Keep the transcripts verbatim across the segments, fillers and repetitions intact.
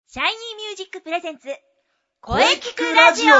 シャイニーミュージックプレゼンツ声聞くラジオ。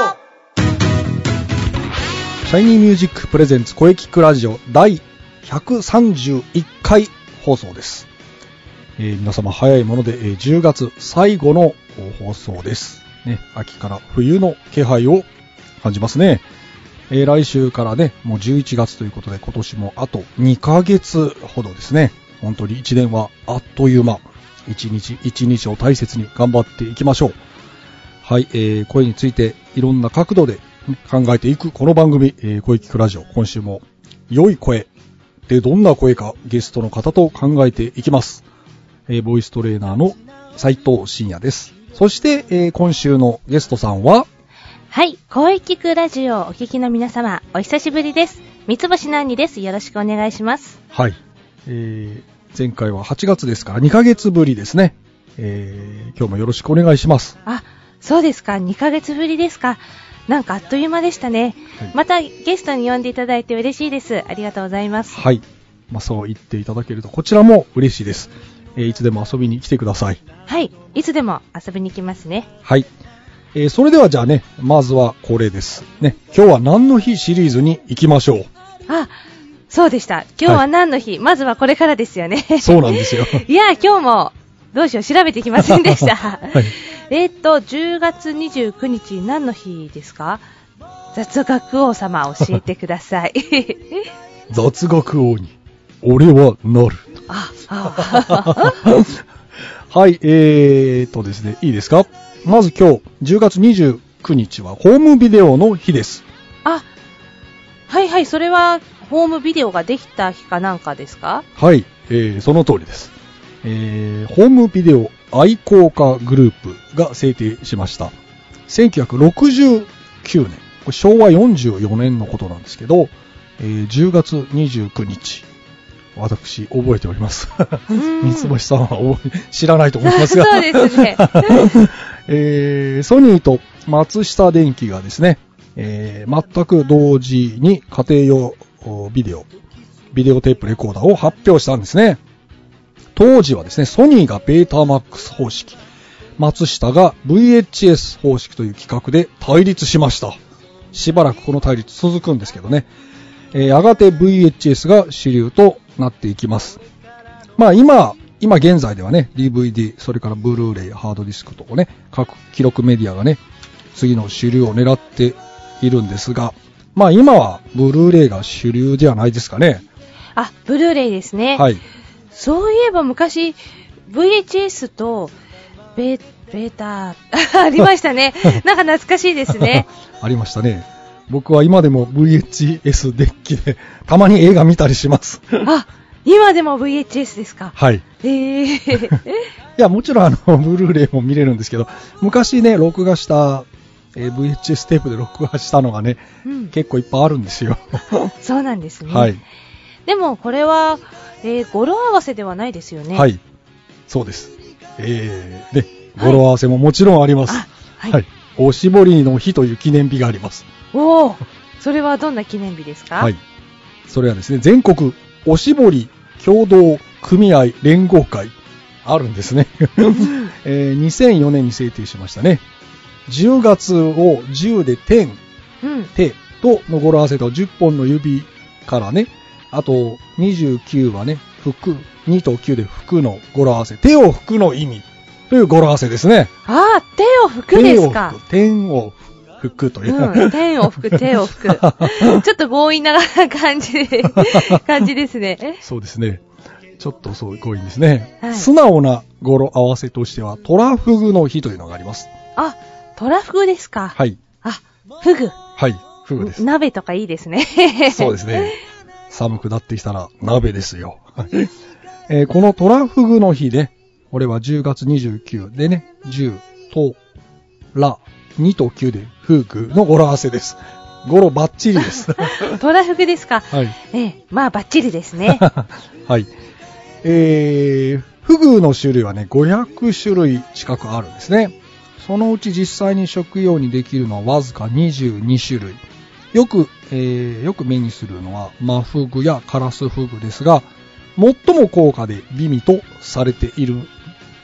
シャイニーミュージックプレゼンツ声聞くラジオだいひゃくさんじゅういっかい放送です。えー、皆様早いもので、えー、じゅうがつ最後の放送です、ね、秋から冬の気配を感じますね。えー、来週からねもうじゅういちがつということで、今年もあとにかげつほどですね。本当にいちねんはあっという間。一日一日を大切に頑張っていきましょう。はい、えー、声についていろんな角度で考えていくこの番組、えー、声聞くラジオ。今週も良い声でどんな声かゲストの方と考えていきます。えー、ボイストレーナーの斉藤真也です。そして、えー、今週のゲストさんは、 はい、声聞くラジオをお聞きの皆様、お久しぶりです。三つ星なんにです。よろしくお願いします。 はい、えー前回ははちがつですからにかげつぶりですね。えー、今日もよろしくお願いします。 あ、そうですか。にかげつぶりですか。なんかあっという間でしたね。はい、またゲストに呼んでいただいて嬉しいです。ありがとうございます。 はい。まあ、そう言っていただけるとこちらも嬉しいです。えー、いつでも遊びに来てください。 はい。いつでも遊びに来ますね。 はい。えー、それではじゃあね、まずはこれですね。今日は何の日シリーズに行きましょう。 あ、そうでした。今日は何の日、はい、まずはこれからですよね。 そうなんですよ。 いや、今日も、どうしよう、調べてきませんでした。はい、えっと、じゅうがつにじゅうくにち、何の日ですか？雑学王様、教えてください。 雑学王に、俺はなる。 あ、あ。 はい、えーとですね、いいですか？まず今日、じゅうがつにじゅうくにちは、ホームビデオの日です。 あ、はいはい、それは、ホームビデオができた日かなんかですか？ はい、えー、その通りです。えー、ホームビデオ愛好家グループが制定しました。せんきゅうひゃくろくじゅうきゅうねん、これしょうわよんじゅうよねんのことなんですけど、えー、じゅうがつにじゅうくにち、私覚えております。三つ星さんは覚え知らないと思いますが。 そうですね。 えー、ソニーと松下電器がですね、えー、全く同時に家庭用ビデオ、ビデオテープレコーダーを発表したんですね。当時はですね、ソニーがベータマックス方式、松下が ブイエイチエス 方式という企画で対立しました。しばらくこの対立続くんですけどね。えー、やがて ブイエイチエス が主流となっていきます。まあ今、今現在ではね、ディーブイディー、それからブルーレイ、ハードディスクとかね、各記録メディアがね、次の主流を狙っているんですが、まあ今はブルーレイが主流ではないですかね。 あ、ブルーレイですね。 はい。 そういえば昔 ブイエイチエス とベ、ベータありましたね。なんか懐かしいですね。 ありましたね。僕は今でも ブイエイチエス デッキでたまに映画見たりします。 あ、今でも ブイエイチエス ですか。 はい。 えー、 いやもちろんあのブルーレイも見れるんですけど、昔ね録画したえー、ブイエイチエス テープで録画したのがね、うん、結構いっぱいあるんですよ。 そうなんですね。 はい。でもこれは、えー、語呂合わせではないですよね。 はい。そうです。えー、で、語呂合わせももちろんあります。はい。はい、おしぼりの日という記念日があります。 おお、それはどんな記念日ですか？ はい。それはですね、全国おしぼり協同組合連合会あるんですね。えー、にせんよねんに制定しましたね。じゅうがつをじゅうで天、うん、手との語呂合わせとじゅっぽんの指からね、あとにじゅうきゅうはね、服、にときゅうで服の語呂合わせ、手を拭くの意味という語呂合わせですね。 ああ、手を拭くですか。 天を拭くという。 うん、天を拭く、手を拭く。ちょっと強引な感じ、感じですね。 そうですね。ちょっとそう強引ですね。はい、素直な語呂合わせとしては、トラフグの日というのがあります。 あ、トラフグですか。 はい。 あ、フグ。 はい、フグです。 鍋とかいいですね。 そうですね。寒くなってきたら鍋ですよ。えー、このトラフグの日で、これはじゅうがつにじゅうくでね、じゅうとら、にときゅうでフグの語呂合わせです。語呂バッチリです。 トラフグですか。 はい。 えー、まあバッチリですね。 はい。えー、フグの種類はね、ごひゃくしゅるい近くあるんですね。そのうち実際に食用にできるのはわずかにじゅうにしゅるい。よく、えー、よく目にするのはマフグやカラスフグですが、最も高価で美味とされている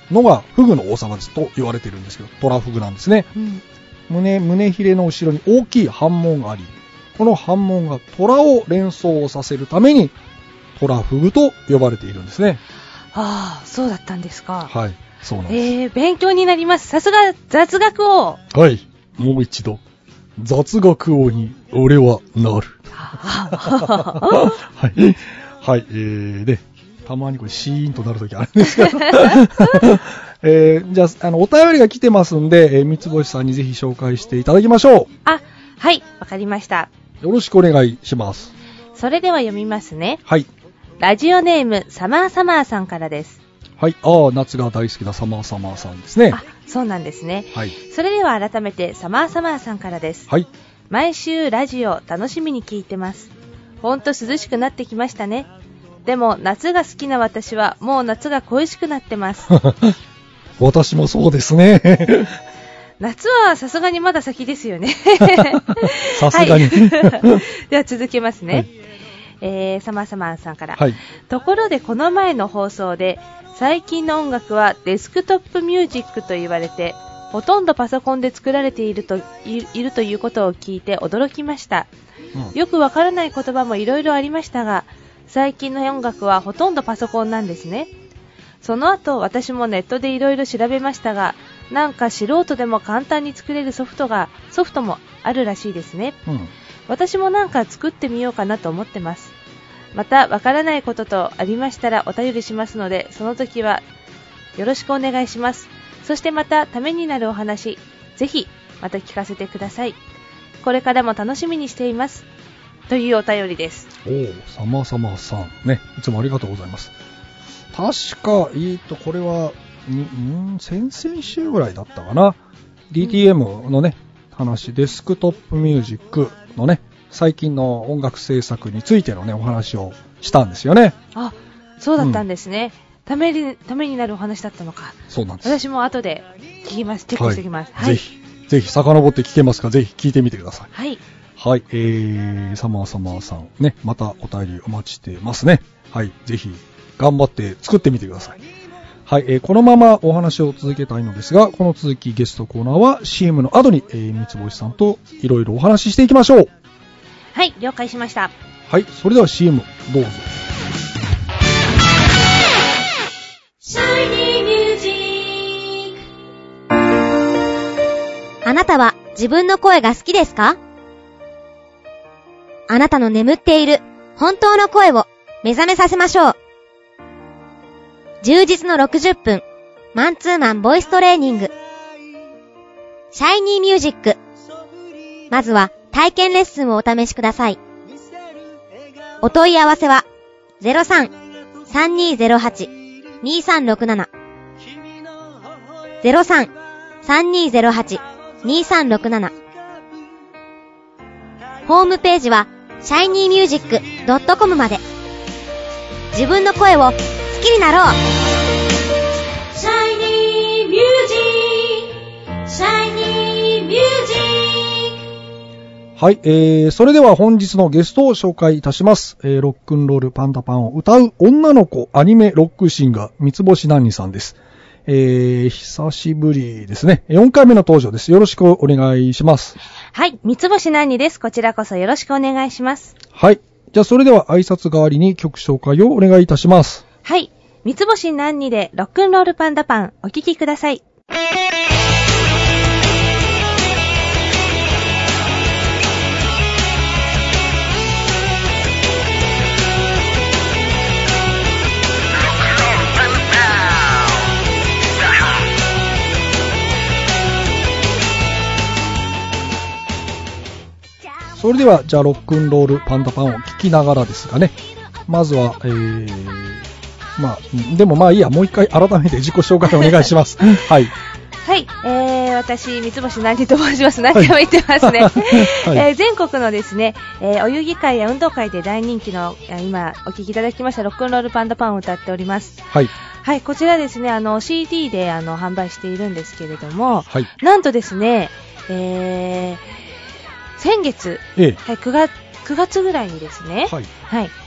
のがフグの王様ですと言われているんですけど、トラフグなんですね。うん、胸、胸ひれの後ろに大きい斑紋があり、この斑紋が虎を連想させるためにトラフグと呼ばれているんですね。 ああ、そうだったんですか。 はい、そうなんです。 えー、勉強になります。さすが雑学王。 はい、もう一度雑学王に俺はなる。はい、はい、えー、で、たまにこれシーンとなるときあるんですけど、えー、じゃあ、あの、お便りが来てますんで、えー、三つ星さんにぜひ紹介していただきましょう。 あ、はい、わかりました。 よろしくお願いします。 それでは読みますね。 はい。 ラジオネームサマーサマーさんからです。 はい。ああ、夏が大好きなサマーサマーさんですね。 あ、そうなんですね。 はい。 それでは改めてサマーサマーさんからです。 はい。 毎週ラジオ楽しみに聞いてます。ほんと涼しくなってきましたね。でも夏が好きな私はもう夏が恋しくなってます。 私もそうですね。 夏はさすがにまだ先ですよね。 さすがに。 はい、では続けますね。はい、えー、サマーサマーさんから、 はい。 ところでこの前の放送で最近の音楽はデスクトップミュージックと言われてほとんどパソコンで作られていると い, いるということを聞いて驚きました。うん、よくわからない言葉もいろいろありましたが、最近の音楽はほとんどパソコンなんですね。その後私もネットでいろいろ調べましたが、なんか素人でも簡単に作れるソフトがソフトもあるらしいですね。うん、私もなんか作ってみようかなと思ってます。またわからないこととありましたらお便りしますので、その時はよろしくお願いします。そしてまたためになるお話、ぜひまた聞かせてください。これからも楽しみにしています。というお便りです。 おー、サマーサマーさんね、いつもありがとうございます。確か、えーと、これはん先々週ぐらいだったかな、 ディーティーエム のね話、デスクトップミュージックのね最近の音楽制作についてのねお話をしたんですよね。 あ、そうだったんですね。うん、ためにためになるお話だったのか。 そうなんです。 私も後で聞きます、チェックしておきます。 はいはい、ぜひぜひ遡って聞けますか、ぜひ聞いてみてください。 はいはい、えー、サマーサマーさんね、またお便りお待ちしてますね。はい、ぜひ頑張って作ってみてください。はい、えー、このままお話を続けたいのですが、この続きゲストコーナーは シーエム の後に、えー、三つ星さんといろいろお話ししていきましょう。 はい、了解しました。 はい、それでは シーエム どうぞ。 シャイニーミュージック。 あなたは自分の声が好きですか？あなたの眠っている本当の声を目覚めさせましょう。充実のろくじゅっぷんマンツーマンボイストレーニング、シャイニーミュージック。まずは体験レッスンをお試しください。お問い合わせは ゼロさん さんにーゼロはち にーさんろくなな ゼロさん さんにーゼロはち にーさんろくなな。 ホームページは シャイニーミュージックドットコム まで。自分の声を好きになろう。 シャイニーミュージック、シャイニーミュージック。はい、えー、それでは本日のゲストを紹介いたします。えー、ロックンロールパンダパンを歌う女の子アニメロックシンガー三つ星ナンニさんです。えー、久しぶりですね。よんかいめの登場です。よろしくお願いします。 はい、三つ星ナンニです。こちらこそよろしくお願いします。 はい。じゃあそれでは挨拶代わりに曲紹介をお願いいたします。 はい。三つ星ナンニでロックンロールパンダパンお聴きください。 それではじゃあロックンロールパンダパンを聴きながらですがね、まずは、えー、まあ、でもまあいいや、もう一回改めて自己紹介お願いします。はい。 はい、えー、私、三つ星ナンニと申します。何回も言ってますね。はいえー、全国のですね、えー、お遊戯会や運動会で大人気の、今お聴きいただきましたロックンロールパンダパンを歌っております。 はい。 はい、こちらですね、あの、シーディー であの販売しているんですけれども、 はい、 なんとですね、えー、先月、 ええはい、9月、くがつぐらいにですね、 はい、 はい、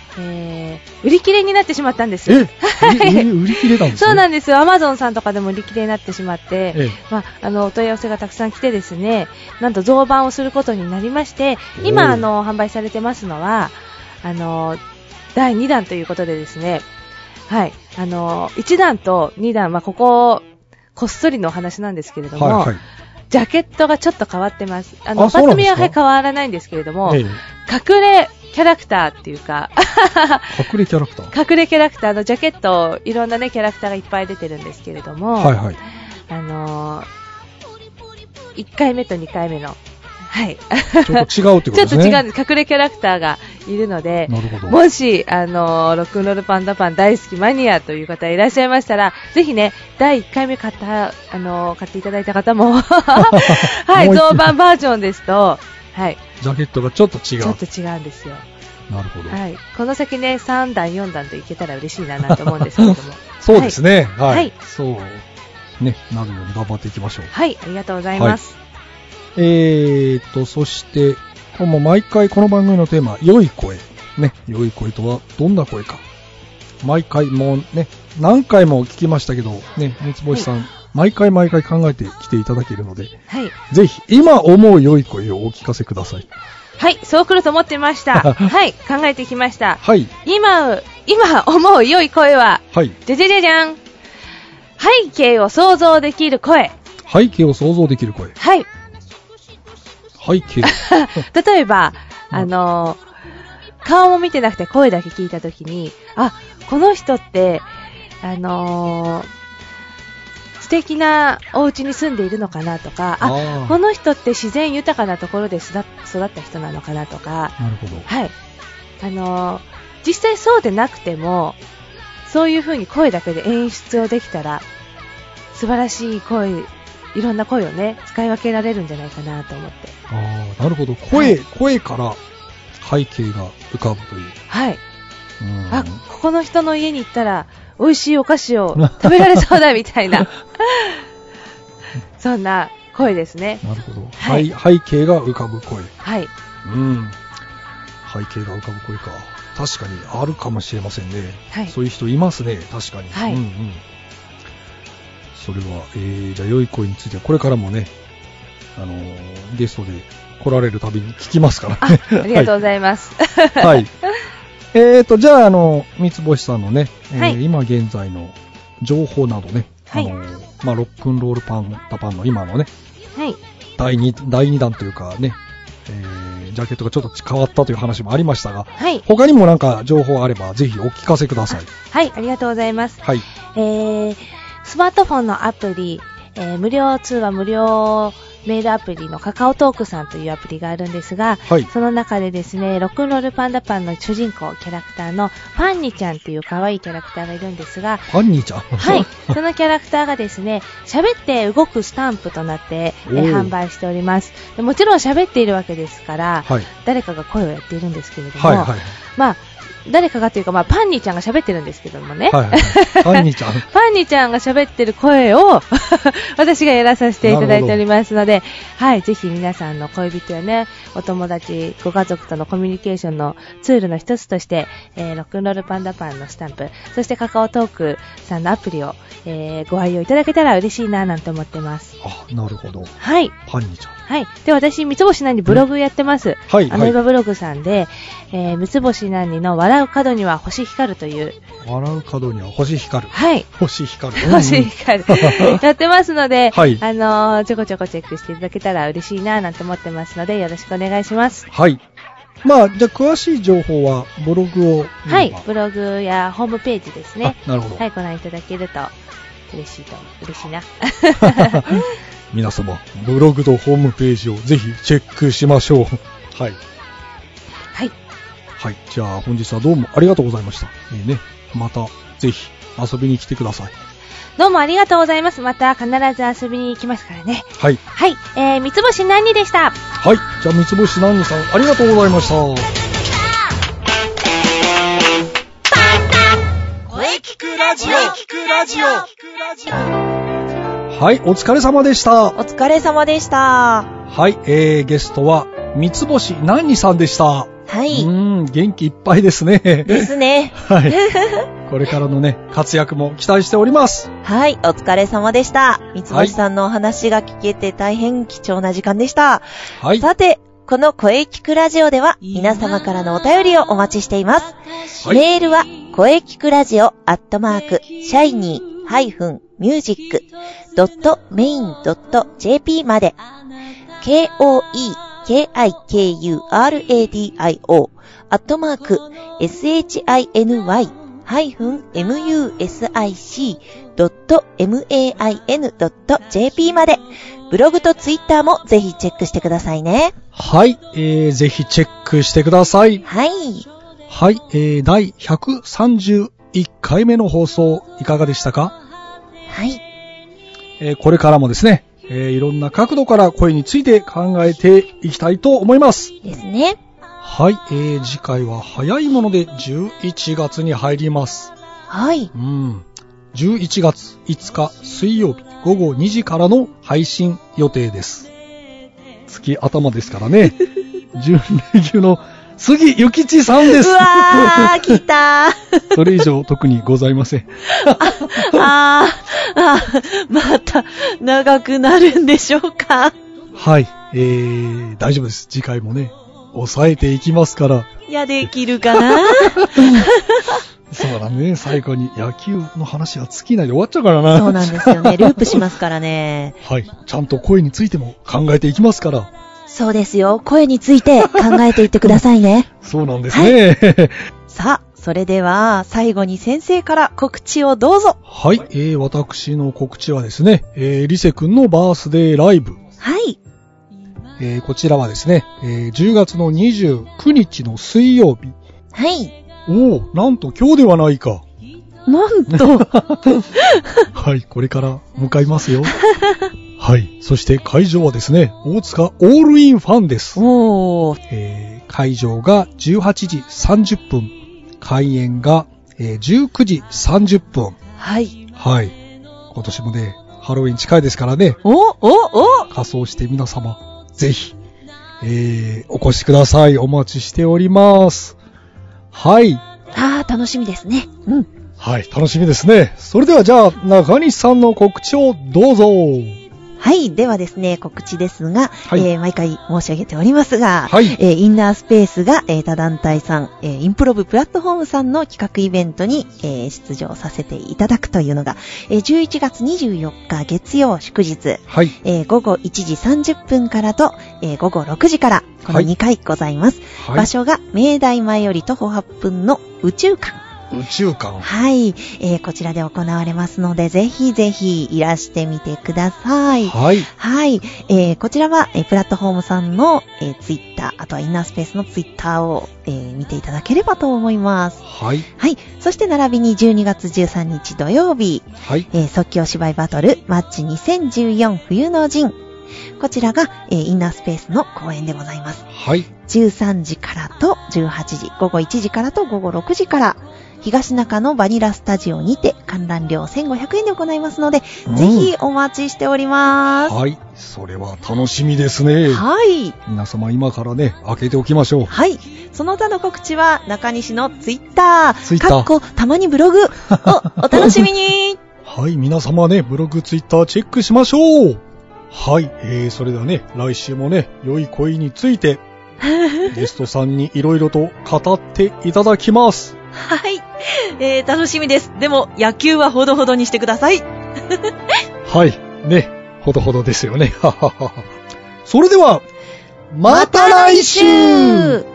えー、売り切れになってしまったんです。 え、売り、売り切れたんですね。 そうなんですよ。アマゾンさんとかでも売り切れになってしまって、 ええ、 まあ、あの、お問い合わせがたくさん来てですね、なんと増版をすることになりまして、今、あの、販売されてますのは、あの、だいにだんということでですね、はい、あの、いちだんとにだん、まあ、ここ、こっそりのお話なんですけれども、はいはい、ジャケットがちょっと変わってます。あの、パッと見は変わらないんですけれども、ええ、隠れキャラクターっていうか隠れキャラクター隠れキャラクターのジャケット、いろんなね、キャラクターがいっぱい出てるんですけれども、 はいはい。 あのー、いっかいめとにかいめの、はい。 ちょっと違うってことですね。 ちょっと違うんです。隠れキャラクターがいるので、 なるほど。 もし、あのー、ロックンロールパンダパン大好きマニアという方いらっしゃいましたら、ぜひね、だいいっかいめ買った、あのー、買っていただいた方も、はい、増版バージョンですと、はい。 ジャケットがちょっと違う。 ちょっと違うんですよ。 なるほど。 はい。この先ね、さんだん、よんだんといけたら嬉しいななんて思うんですけれども。 そうですね。はい。はい、 そう。 ね、なるように頑張っていきましょう。 はい、ありがとうございます。 はい、えーと、そして、もう毎回この番組のテーマ、良い声。ね、良い声とはどんな声か。毎回もうね、何回も聞きましたけど、ね、三つ星さん、はい、毎回毎回考えてきていただけるので、 はい、 ぜひ今思う良い声をお聞かせください。 はい、そう来ると思ってました。はい、考えてきました。 はい。 今、今思う良い声は、はい。じゃじゃじゃじゃん。背景を想像できる声。 背景を想像できる声。 はい。 背景。 例えば、あのー、顔も見てなくて声だけ聞いたときに、あ、この人って、あのー、素敵なお家に住んでいるのかなとか、あ、この人って自然豊かなところで育った人なのかなとか、 なるほど。 はい。あのー、実際そうでなくても、そういう風に声だけで演出をできたら、素晴らしい声、いろんな声をね、使い分けられるんじゃないかなと思って。 ああ、なるほど。声、はい、声から背景が浮かぶという。 はい。うん、あ、ここの人の家に行ったら、美味しいお菓子を食べられそうだみたいな。そんな声ですね。 なるほど。はい、背景が浮かぶ声。 はい。 うん。背景が浮かぶ声か。確かにあるかもしれませんね。はい。そういう人いますね。確かに。 はい。うんうん。 それは、えー、じゃあ良い声についてはこれからもね、あのー、ゲストで来られるたびに聞きますからね。 あ、ありがとうございます。 はい。はい、えーと、じゃあ、あの、三つ星さんのね、はい、えー、今現在の情報などね、はい、あのー、まあ、ロックンロールパンダパンの今のね、 はい。 だいに、だいにだんというかね、えー、ジャケットがちょっと変わったという話もありましたが、 はい。 他にもなんか情報あれば、ぜひお聞かせください。 はい、ありがとうございます。 はい。 えー、スマートフォンのアプリ、えー、無料通話無料メールアプリのカカオトークさんというアプリがあるんですが、はい、その中でですね、ロックンロールパンダパンの主人公キャラクターのファンニちゃんという可愛いキャラクターがいるんですが、 ファンニちゃんはい、そのキャラクターがですね、喋って動くスタンプとなって、えー、販売しております。でもちろん喋っているわけですから、はい、誰かが声をやっているんですけれども、はいはい、まあ誰かがというか、まあ、パンニーちゃんが喋ってるんですけどもね。はいはい、 パンニーちゃん。 パンニーちゃんが喋ってる声を私がやらさせていただいておりますので、はい、ぜひ皆さんの恋人やね、お友達、ご家族とのコミュニケーションのツールの一つとして、えー、ロックンロールパンダパンのスタンプ、そしてカカオトークさんのアプリを、えー、ご愛用いただけたら嬉しいななんて思ってます。 あ、なるほど。 はい。 パンニーちゃん。 はい。で、私、三つ星なにブログやってます。はい。アメーバブログさんで、えー、三つ星なにの笑う角には星光るという。 笑う角には星光る。 はい。 星光る。 星光る。やってますので、はい。あのー、ちょこちょこチェックしていただけたら嬉しいななんて思ってますので、よろしくお願いします。 はい。まあ、じゃあ、詳しい情報は、ブログを。 はい。ブログやホームページですね。 なるほど。 はい、ご覧いただけると、嬉しいと、嬉しいな。 皆様、ブログとホームページをぜひチェックしましょう。はい。 はい。 はい。じゃあ、本日はどうもありがとうございました。えー、ね、また、ぜひ、遊びに来てください。 どうもありがとうございます。また、必ず遊びに行きますからね。 はい。 はい。えー、三つ星何にでした。 はい。じゃあ、三つ星何にさん、ありがとうございました。 声聞くラジオ。声聞くラジオ。 はい、お疲れ様でした。 お疲れ様でした。 はい、えー、ゲストは、三つ星何にさんでした。はうはい。 ーん、元気いっぱいですね。 ですね。 はい。これからのね、活躍も期待しております。 はい、お疲れ様でした。三つ星さんのお話が聞けて大変貴重な時間でした。 はい。 さて、この声聞くラジオでは皆様からのお便りをお待ちしています。はい、メールは声聞くラジオアットマークシャイニーハイフンミュージックドットメインドットジェーピー まで ケーオーイーケーアイケーユーアールエーディーアイオー アットマーク エスエイチアイエヌワイハイフンエムユーエスアイシードットメインドットジェーピー までブログとツイッターもぜひチェックしてくださいね。 はい、えー、ぜひチェックしてください。 はい。 はい、えー、だいひゃくさんじゅういっかいめの放送いかがでしたか？ はい。 えー、これからもですね、えー、いろんな角度から声について考えていきたいと思います。 ですね。 はい、えー、次回は早いものでじゅういちがつに入ります。 はい。 うん。じゅういちがついつか水曜日ごごにじからの配信予定です。月頭ですからね。準レギュの杉ゆきちさんです。 うわー、来たー。 それ以上特にございません。 あー、あー、また長くなるんでしょうか。 はい、えー、大丈夫です。次回もね、抑えていきますから。 いや、できるかな。 そうだね、最後に野球の話は尽きないで終わっちゃうからな。 そうなんですよね。ループしますからね。 はい、ちゃんと声についても考えていきますから。 そうですよ。声について考えていってくださいね。 そうなんですね。はい、 さあ、それでは最後に先生から告知をどうぞ。 はい、えー、私の告知はですね、えー、リセ君のバースデーライブ。 はい。 えー、こちらはですね、えー、じゅうがつのにじゅうくにちの水曜日。 はい。 おお、なんと今日ではないか。 なんと。 はい、これから向かいますよ。はい、そして会場はですね、大塚オールインファンです。 おー。 えー、会場がじゅうはちじさんじゅっぷん、開演が、えー、じゅうくじさんじゅっぷん。 はい。 はい。今年もね、ハロウィン近いですからね。 おおお仮装して皆様、ぜひ、えー、お越しください。お待ちしております。はい。 あー、楽しみですね。うん。 はい、楽しみですね。それではじゃあ、中西さんの告知をどうぞ。 はい。ではですね、告知ですが、 はい、 えー、毎回申し上げておりますが、 はい、 えー、インナースペースが、えー、他団体さん、えー、インプロブプラットフォームさんの企画イベントに、えー、出場させていただくというのが、えー、じゅういちがつにじゅうよっか月曜祝日、 はい、 えー、午後いちじさんじゅっぷんからと、えー、午後ろくじから、このにかいございます。はい、場所が明大前より徒歩はっぷんの宇宙館。 宇宙館。 はい、えー、こちらで行われますので、ぜひぜひいらしてみてください。 はい。 はい。えー、こちらは、えー、プラットフォームさんの、えー、ツイッター、あとはインナースペースのツイッターを、えー、見ていただければと思います。 はい。 はい。そして並びにじゅうにがつじゅうさんにち土曜日、 はい。 えー、即興芝居バトルマッチにせんじゅうよん冬の陣。こちらが、えー、インナースペースの公演でございます。 はい。じゅうさんじからとじゅうはちじ、午後いちじからと午後ろくじから、東中のバニラスタジオにて観覧料せんごひゃくえんで行いますので、うん、ぜひお待ちしております。 はい。それは楽しみですね。 はい。 皆様今からね、開けておきましょう。 はい。その他の告知は中西のツイッター、 ツイッター、 かっこたまにブログをお楽しみに。 はい。皆様ね、ブログ、ツイッターチェックしましょう。はい。えー、それではね、来週もね、良い恋について、ゲストさんにいろいろと語っていただきます。 はい、えー、楽しみです。でも野球はほどほどにしてください。 はい、ね、ほどほどですよね。それではまた来週。